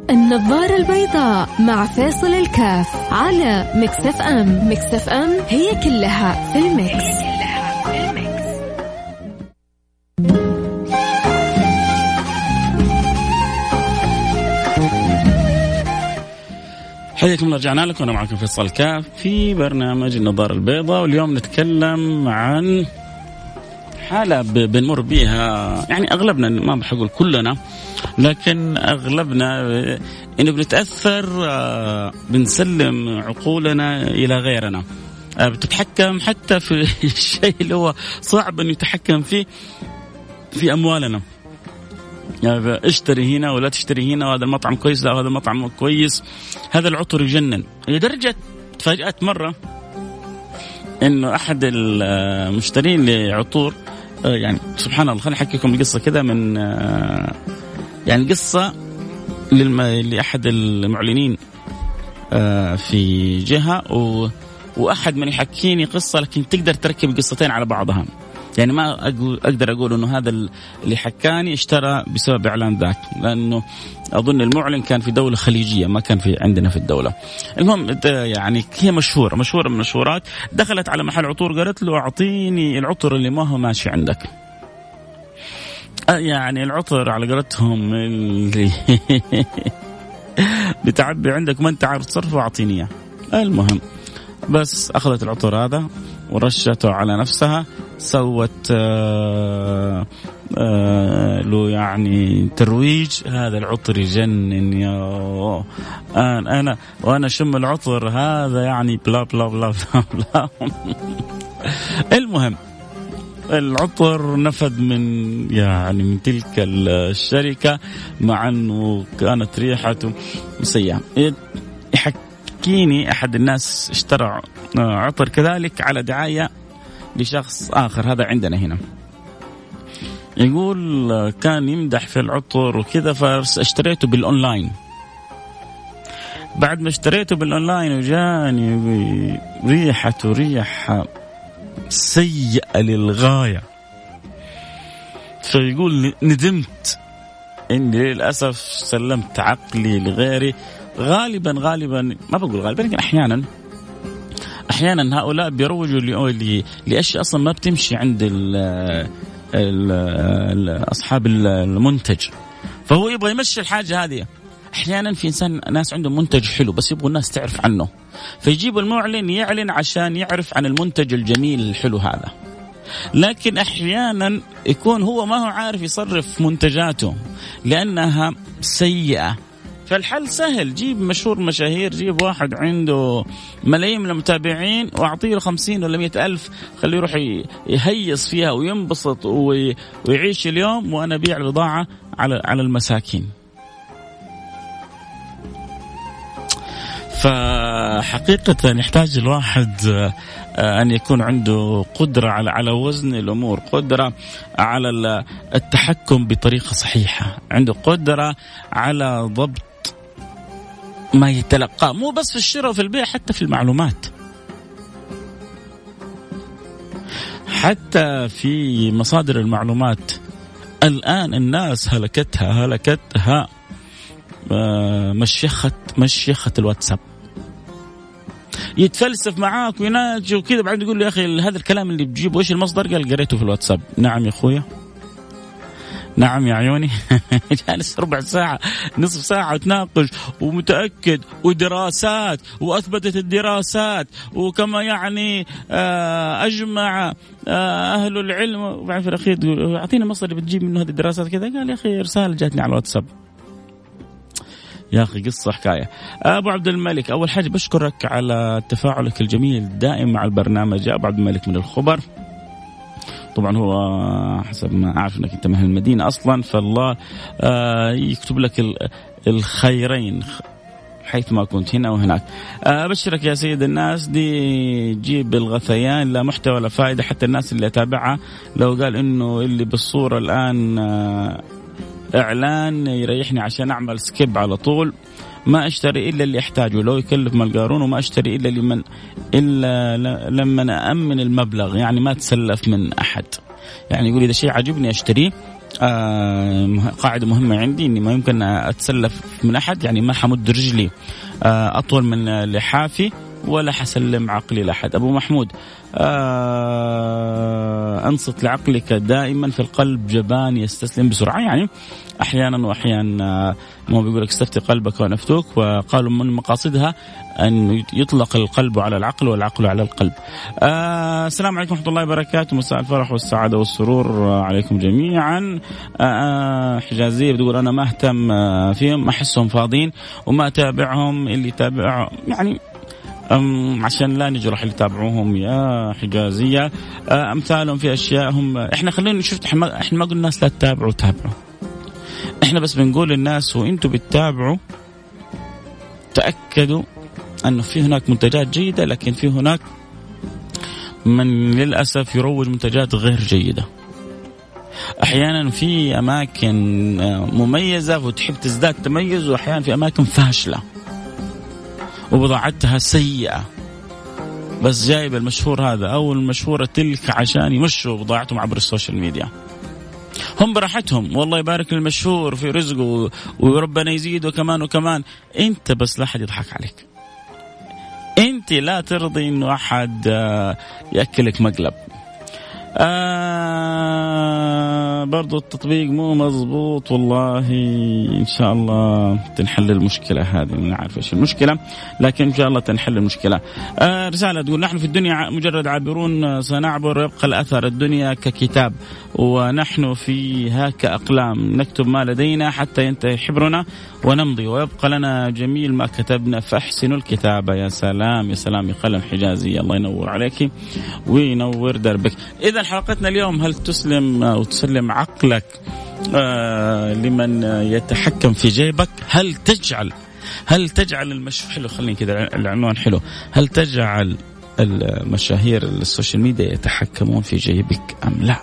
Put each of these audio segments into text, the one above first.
النظارة البيضاء مع فاصل الكاف على ميكس اف ام. ميكس اف ام هي كلها في الميكس. حياكم الله، رجعنا لكم. أنا معكم فيصل الكاف في برنامج النظارة البيضاء، واليوم نتكلم عن حالة بنمر بيها، يعني أغلبنا، ما بحقول كلنا، لكن أغلبنا إنه بنتأثر، بنسلم عقولنا إلى غيرنا، بتتحكم حتى في الشيء اللي هو صعب أن يتحكم فيه، في أموالنا. يعني اشتري هنا ولا تشتري هنا، وهذا المطعم كويس لا هذا المطعم كويس، هذا العطر يجنن. لدرجة تفاجأت مرة إنه أحد المشترين لعطور، يعني سبحان الله، خليني أحكيكم القصة كذا من يعني قصة لأحد المعلنين في جهة، وأحد من يحكيني قصة، لكن تقدر تركب قصتين على بعضها. يعني ما أقدر أقول إنه هذا اللي حكاني اشترى بسبب إعلان ذاك، لأنه أظن المعلن كان في دولة خليجية، ما كان في عندنا في الدولة. المهم يعني هي مشهورة من المشهورات. دخلت على محل عطور، قالت له أعطيني العطر اللي ما هو ماشي عندك. يعني العطر على قولتهم اللي بتعبي عندك ما أنت عارف تصرفه، أعطيني إياه. المهم بس أخذت العطر هذا ورشته على نفسها، سوت له يعني ترويج، هذا العطر يجنن يا أنا وأنا شم العطر هذا، يعني بلا بلا بلا بلا, بلا. المهم العطر نفذ من تلك الشركة، مع أنه كانت ريحته سيئة. يحكيني أحد الناس اشترى عطر كذلك على دعاية لشخص آخر، هذا عندنا هنا، يقول كان يمدح في العطر وكذا، فاشتريته بالأونلاين. بعد ما اشتريته بالأونلاين وجاني ريحته ريحة سيئة للغاية، فيقول ندمت إني للأسف سلمت عقلي لغيري. غالبا ما بقول غالبا، لكن أحيانا هؤلاء بيروجوا لأشياء أصلا ما بتمشي عند أصحاب المنتج، فهو يبغى يمشي الحاجة هذه. أحيانا في ناس عندهم منتج حلو بس يبغوا الناس تعرف عنه، فيجيبوا المعلن يعلن عشان يعرف عن المنتج الجميل الحلو هذا. لكن أحيانا يكون هو ما هو عارف يصرف منتجاته لأنها سيئة. فالحل سهل، جيب مشاهير، جيب واحد عنده ملايين من المتابعين وأعطيه 50 ولا 100,000، خليه يروح يهيص فيها وينبسط ويعيش اليوم، وأنا بيع البضاعة على المساكين. فحقيقة يحتاج الواحد أن يكون عنده قدرة على وزن الأمور، قدرة على التحكم بطريقة صحيحة، عنده قدرة على ضبط ما يتلقى، مو بس في الشراء وفي البيع، حتى في المعلومات، حتى في مصادر المعلومات. الآن الناس هلكتها مشيخة الواتساب، يتفلسف معاك ويناجي وكذا، بعدين يقول له يا أخي هذا الكلام اللي بتجيبه إيش المصدر؟ قال قريته في الواتساب. نعم يا أخويا، نعم يا عيوني. جالس ربع ساعة نصف ساعة تناقش ومتأكد، ودراسات وأثبتت الدراسات، وكما يعني أجمع أهل العلم، وبعد في الأخير تقول أعطينا مصدر اللي بتجيب منه هذه الدراسات كذا. قال يا أخي رسالة جاتني على الواتساب. يا أخي قصة حكاية. أبو عبد الملك، أول حاجة بشكرك على تفاعلك الجميل دائم مع البرنامج. أبو عبد الملك من الخبر، طبعا هو حسب ما أعرف أنك أنت من المدينة أصلا، فالله يكتب لك الخيرين حيث ما كنت هنا وهناك. أبشرك يا سيد الناس، دي جيب الغثيان، لا محتوى ولا فائدة. حتى الناس اللي أتابعها لو قال إنه اللي بالصورة الآن إعلان يريحني عشان أعمل سكيب على طول، ما أشتري إلا اللي أحتاجه، لو يكلف ما القارون، وما أشتري إلا لما أأمن المبلغ، يعني ما تسلف من أحد. يعني يقول إذا شيء عجبني أشتريه، قاعدة مهمة عندي إني ما يمكن أتسلف من أحد، يعني ما حمد رجلي أطول من لحافي ولا حسلم عقلي لأحد. أبو محمود أنصت لعقلك دائما، في القلب جبان يستسلم بسرعة. يعني أحيانا وأحيانا ما بيقولك استفتي قلبك ونفتوك، وقالوا من مقاصدها أن يطلق القلب على العقل والعقل على القلب. السلام عليكم ورحمة الله وبركاته، مساء الفرح والسعادة والسرور عليكم جميعا. حجازية بتقول أنا ما أهتم فيهم، أحسهم فاضيين وما أتابعهم، اللي يتابعهم يعني عشان لا نجرح اللي تابعوهم يا حجازية. أمثالهم في أشياء هم إحنا خلينا نشوف، إحنا ما قلنا الناس لا تتابعوا، تابعوا. إحنا بس بنقول للناس وإنتوا بتتابعوا تأكدوا أنه في هناك منتجات جيدة، لكن في هناك من للأسف يروج منتجات غير جيدة. أحيانا في أماكن مميزة وتحب تزداد تميز، وأحيانا في أماكن فاشلة وبضاعتها سيئة، بس جايب المشهور هذا أو المشهورة تلك عشان يمشوا بضاعتهم عبر السوشيال ميديا. هم براحتهم، والله يبارك للمشهور في رزقه وربنا يزيده كمان وكمان. انت بس لا أحد يضحك عليك، انت لا ترضي انه أحد يأكلك مقلب. برضو التطبيق مو مضبوط والله. إن شاء الله تنحل المشكلة هذه، ما نعرف إيش المشكلة لكن إن شاء الله تنحل المشكلة. رسالة تقول نحن في الدنيا مجرد عابرون سنعبر، ويبقى الأثر. الدنيا ككتاب ونحن فيها كأقلام، نكتب ما لدينا حتى ينتهي حبرنا ونمضي، ويبقى لنا جميل ما كتبنا فأحسنوا الكتابة. يا سلام يا سلام يا قلم حجازي، الله ينور عليك وينور دربك. إذا حلقتنا اليوم، هل تسلم أو تسلم عقلك لمن يتحكم في جيبك؟ هل تجعل المشهور حلو، خليني كذا العنوان حلو، هل تجعل المشاهير السوشيال ميديا يتحكمون في جيبك أم لا؟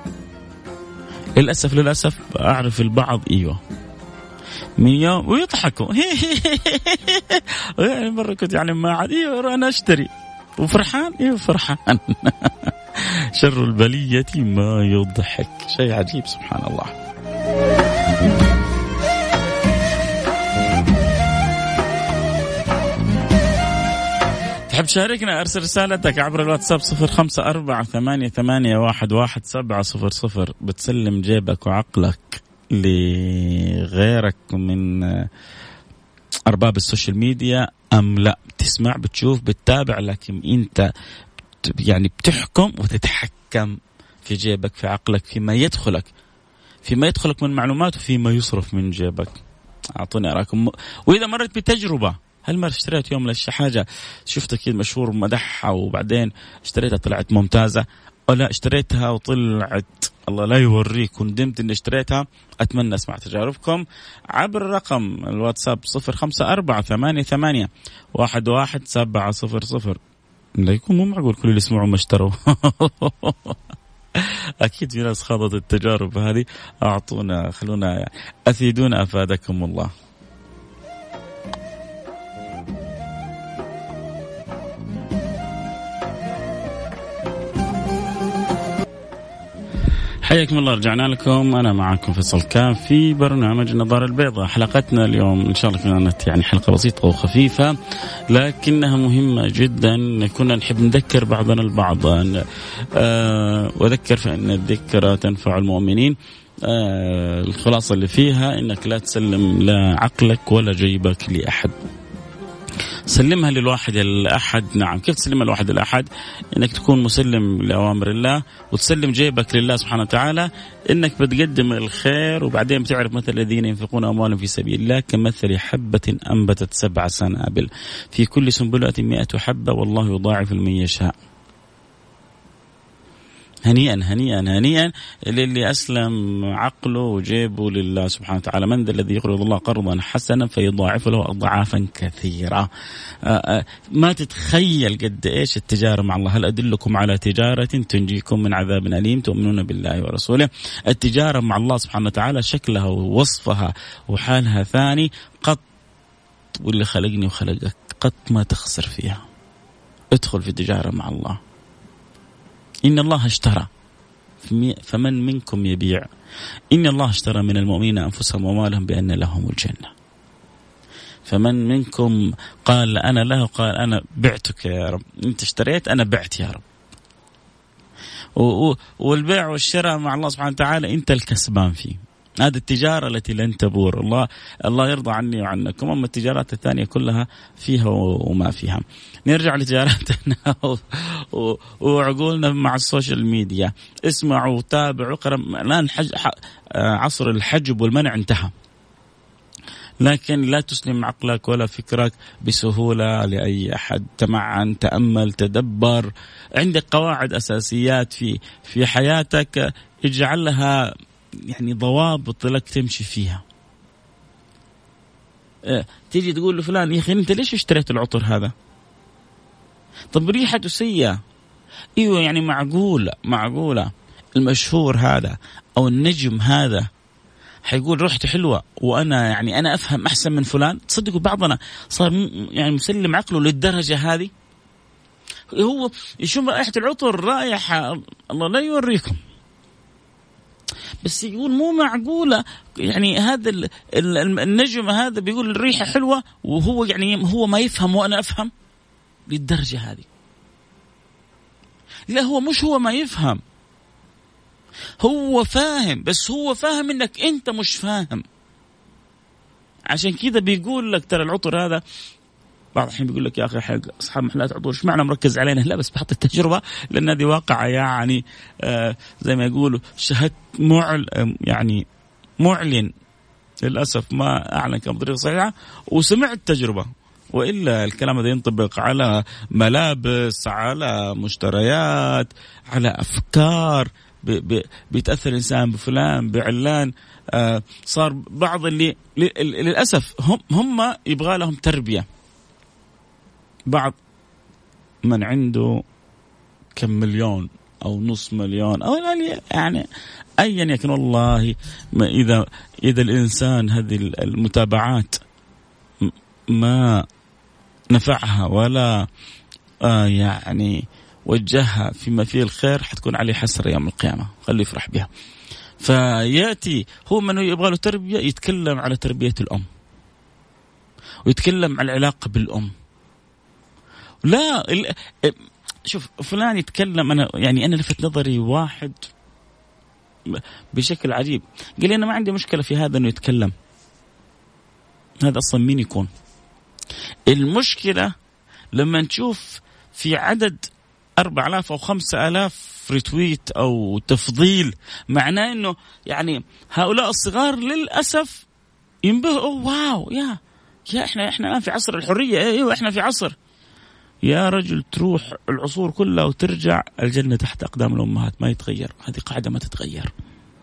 للأسف أعرف البعض إيوه من يوم ويضحكوا يعني مرة كنت يعني ما عاد أنا أشتري وفرحان فرحان شر البلية ما يضحك، شيء عجيب سبحان الله. تحب تشاركنا؟ أرسل رسالتك عبر الواتساب 0548811700. بتسلم جيبك وعقلك لغيرك من أرباب السوشيال ميديا أم لا؟ بتسمع، بتشوف، بتتابع، لكن أنت يعني بتحكم وتتحكم في جيبك، في عقلك، فيما يدخلك من معلومات وفيما يصرف من جيبك. أعطوني أراكم. وإذا مرت بتجربة، هل ما اشتريت يوم حاجة شفت كده مشهور مدحها وبعدين اشتريتها طلعت ممتازة، أو لا اشتريتها وطلعت الله لا يوريك وندمت إني اشتريتها؟ أتمنى أسمع تجاربكم عبر رقم الواتساب 0548811700. لا يكون مو معقول كل اللي يسمعوا ما اشتروا. أكيد في ناس خاضت التجارب هذه. أعطونا، خلونا أفيدونا أفادكم الله. حياكم الله، رجعنا لكم. أنا معكم فيصل كاف في برنامج النظارة البيضاء. حلقتنا اليوم إن شاء الله كانت يعني حلقة بسيطة وخفيفة لكنها مهمة جدا. كنا نحب نذكر بعضنا البعض، وذكر فإن الذكرى تنفع المؤمنين. الخلاصة اللي فيها إنك لا تسلم لا عقلك ولا جيبك لأحد، سلمها للواحد الأحد. نعم، كيف تسلمها للواحد الأحد؟ إنك تكون مسلم لأوامر الله، وتسلم جيبك لله سبحانه وتعالى، إنك بتقدم الخير. وبعدين بتعرف مثل الذين ينفقون أموالهم في سبيل الله كمثل حبة أنبتت 7 سنابل في كل سنبلة 100 حبة والله يضاعف لمن يشاء. هنيئا هنيئا هنيئا للي أسلم عقله وجيبه لله سبحانه وتعالى. من ذا الذي يقرض الله قرضا حسنا فيضاعف له أضعافا كثيرة. ما تتخيل قد إيش التجارة مع الله. هل أدلكم على تجارة تنجيكم من عذاب أليم تؤمنون بالله ورسوله؟ التجارة مع الله سبحانه وتعالى شكلها ووصفها وحالها ثاني قط، واللي خلقني وخلقك قط ما تخسر فيها. ادخل في التجارة مع الله. إن الله اشترى فمن منكم يبيع؟ إن الله اشترى من المؤمنين أنفسهم ومالهم بأن لهم الجنة. فمن منكم قال أنا له، قال أنا بعتك يا رب، أنت اشتريت أنا بعت يا رب. والبيع والشراء مع الله سبحانه وتعالى أنت الكسبان فيه. هذه التجارة التي لن تبور. الله يرضى عني وعنكم. أما التجارات الثانية كلها فيها وما فيها. نرجع لتجارتنا وعقولنا مع السوشيال ميديا. اسمعوا وتابعوا. الآن عصر الحجب والمنع انتهى، لكن لا تسلم عقلك ولا فكرك بسهولة لأي أحد. تمعن، تأمل، تدبر. عندك قواعد أساسيات في حياتك، اجعل لها يعني ضوابط لك تمشي فيها. تيجي تقول لفلان يا أخي أنت ليش اشتريت العطر هذا؟ طب ريحته سيئة. ايوه يعني معقولة المشهور هذا أو النجم هذا حيقول ريحته حلوة وأنا يعني أنا أفهم أحسن من فلان؟ تصدقوا بعضنا صار يعني مسلم عقله للدرجة هذه. هو يشوف رائحة العطر رائحة الله لا يوريكم، بس يقول مو معقولة يعني هذا النجم هذا بيقول الريحة حلوة وهو يعني هو ما يفهم وأنا أفهم للدرجة هذه. لا هو مش هو ما يفهم، هو فاهم، بس هو فاهم انك انت مش فاهم. عشان كذا بيقول لك ترى العطر هذا بعض الحين بيقول لك يا اخي حق اصحاب محلات عطور ايش معنى مركز علينا؟ لا بس بحط التجربه لان هذه واقعه يعني زي ما يقولوا شهدت يعني معلن للاسف ما اعلن كم بطريقه صحيحه وسمعت تجربه، وإلا الكلام هذا ينطبق على ملابس، على مشتريات، على أفكار. بيتأثر الإنسان بفلان بعلان. صار بعض اللي للأسف هم يبغى لهم تربية. بعض من عنده كم مليون أو نص مليون أو يعني أيا يكن، والله إذا الإنسان هذه المتابعات ما نفعها ولا يعني وجهها فيما فيه الخير حتكون عليه حسرة يوم القيامة. خليه يفرح بها. فيأتي هو من يبغى له تربية يتكلم على تربية الأم ويتكلم على العلاقة بالأم. لا شوف فلان يتكلم، أنا لفت نظري واحد بشكل عجيب قال لي أنا ما عندي مشكلة في هذا إنه يتكلم. هذا أصلا مين يكون؟ المشكلة لما نشوف في عدد 4000 أو 5000 ريتويت أو تفضيل، معناه إنه يعني هؤلاء الصغار للأسف ينبهوا واو يا إحنا الآن في عصر الحرية. أيوة إحنا في عصر. يا رجل تروح العصور كلها وترجع الجنة تحت أقدام الأمهات، ما يتغير. هذه قاعدة ما تتغير.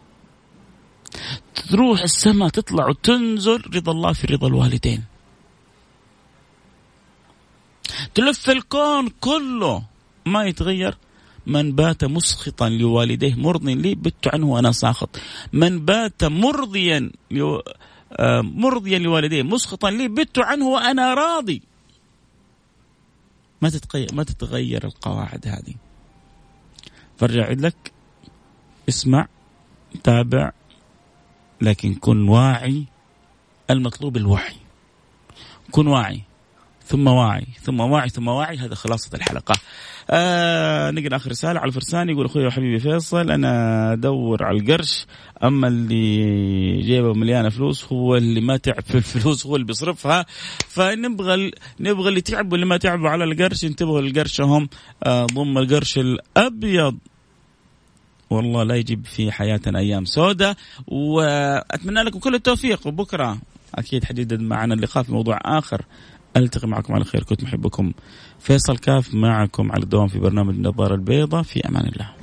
تروح السماء تطلع وتنزل، رضا الله في رضا الوالدين. تلف الكون كله ما يتغير. من بات مسخطا لوالديه مرضي لي بت عنه وأنا ساخط. من بات مرضيا لوالديه مسخطا لي بت عنه وأنا راضي. ما تتغير القواعد هذه. فرجع أعيد لك، اسمع، تابع، لكن كن واعي. المطلوب الوعي. كن واعي ثم واعي ثم واعي ثم واعي. هذا خلاصة الحلقة. نقرأ آخر رسالة على الفرسان. يقول أخوي وحبيبي فيصل، أنا أدور على القرش، أما اللي جيبه مليانة فلوس هو اللي ما تعب في الفلوس هو اللي بيصرفها. فنبغى اللي تعب واللي ما تعبوا على القرش ينتبهوا للقرشهم ضم القرش الأبيض. والله لا يجيب في حياتنا أيام سودة. وأتمنى لكم كل التوفيق، وبكرة أكيد حديد معنا اللقاء في موضوع آخر. ألتقي معكم على خير. كنت محبكم فيصل كاف، معكم على الدوام في برنامج النظارة البيضاء. في أمان الله.